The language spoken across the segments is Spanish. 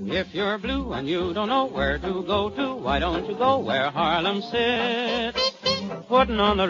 If you're blue and you don't know where to go to, why don't you go where Harlem sits, putting on the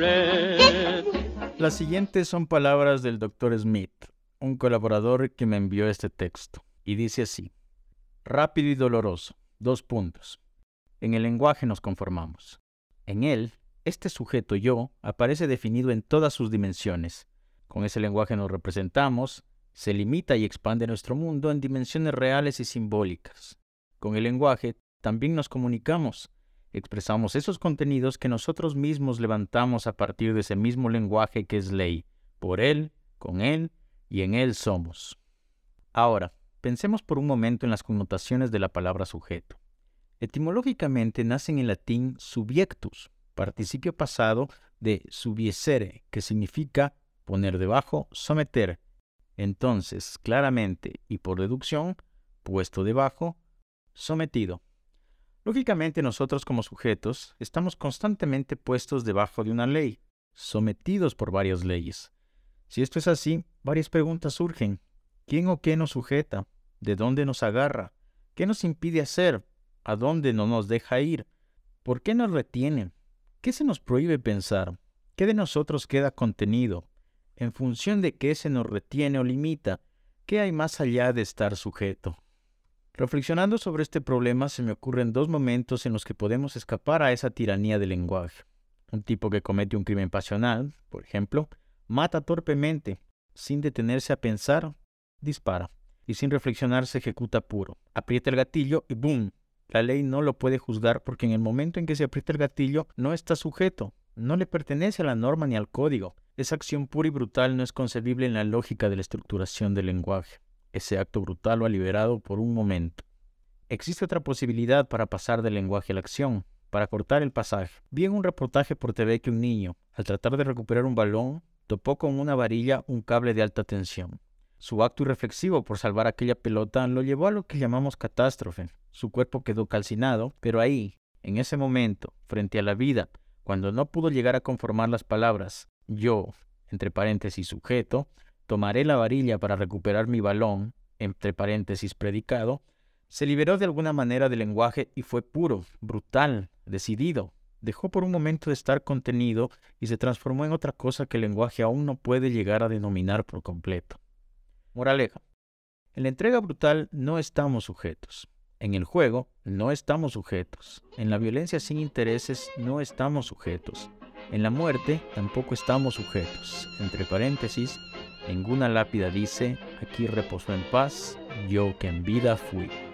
Ritz. Las siguientes son palabras del Dr. Smith, un colaborador que me envió este texto, y dice así: rápido y doloroso, 2 puntos. En el lenguaje nos conformamos. En él, este sujeto yo aparece definido en todas sus dimensiones. Con ese lenguaje nos representamos, se limita y expande nuestro mundo en dimensiones reales y simbólicas. Con el lenguaje también nos comunicamos, expresamos esos contenidos que nosotros mismos levantamos a partir de ese mismo lenguaje que es ley. Por él, con él y en él somos. Ahora, pensemos por un momento en las connotaciones de la palabra sujeto. Etimológicamente nacen en latín subiectus, participio pasado de subiecere, que significa poner debajo, someter. Entonces, claramente y por deducción, puesto debajo, sometido. Lógicamente nosotros como sujetos estamos constantemente puestos debajo de una ley, sometidos por varias leyes. Si esto es así, varias preguntas surgen. ¿Quién o qué nos sujeta? ¿De dónde nos agarra? ¿Qué nos impide hacer? ¿A dónde no nos deja ir? ¿Por qué nos retiene? ¿Qué se nos prohíbe pensar? ¿Qué de nosotros queda contenido? ¿En función de qué se nos retiene o limita? ¿Qué hay más allá de estar sujeto? Reflexionando sobre este problema se me ocurren 2 momentos en los que podemos escapar a esa tiranía del lenguaje. Un tipo que comete un crimen pasional, por ejemplo, mata torpemente, sin detenerse a pensar, dispara, y sin reflexionar se ejecuta puro. Aprieta el gatillo y ¡boom! La ley no lo puede juzgar porque en el momento en que se aprieta el gatillo no está sujeto, no le pertenece a la norma ni al código. Esa acción pura y brutal no es concebible en la lógica de la estructuración del lenguaje. Ese acto brutal lo ha liberado por un momento. Existe otra posibilidad para pasar del lenguaje a la acción, para cortar el pasaje. Vi en un reportaje por TV que un niño, al tratar de recuperar un balón, topó con una varilla un cable de alta tensión. Su acto irreflexivo por salvar aquella pelota lo llevó a lo que llamamos catástrofe. Su cuerpo quedó calcinado, pero ahí, en ese momento, frente a la vida, cuando no pudo llegar a conformar las palabras yo, entre paréntesis sujeto, tomaré la varilla para recuperar mi balón, entre paréntesis predicado, se liberó de alguna manera del lenguaje y fue puro, brutal, decidido. Dejó por un momento de estar contenido y se transformó en otra cosa que el lenguaje aún no puede llegar a denominar por completo. Moraleja: en la entrega brutal no estamos sujetos. En el juego no estamos sujetos. En la violencia sin intereses no estamos sujetos. En la muerte tampoco estamos sujetos. Entre paréntesis, ninguna lápida dice: aquí reposó en paz, yo que en vida fui.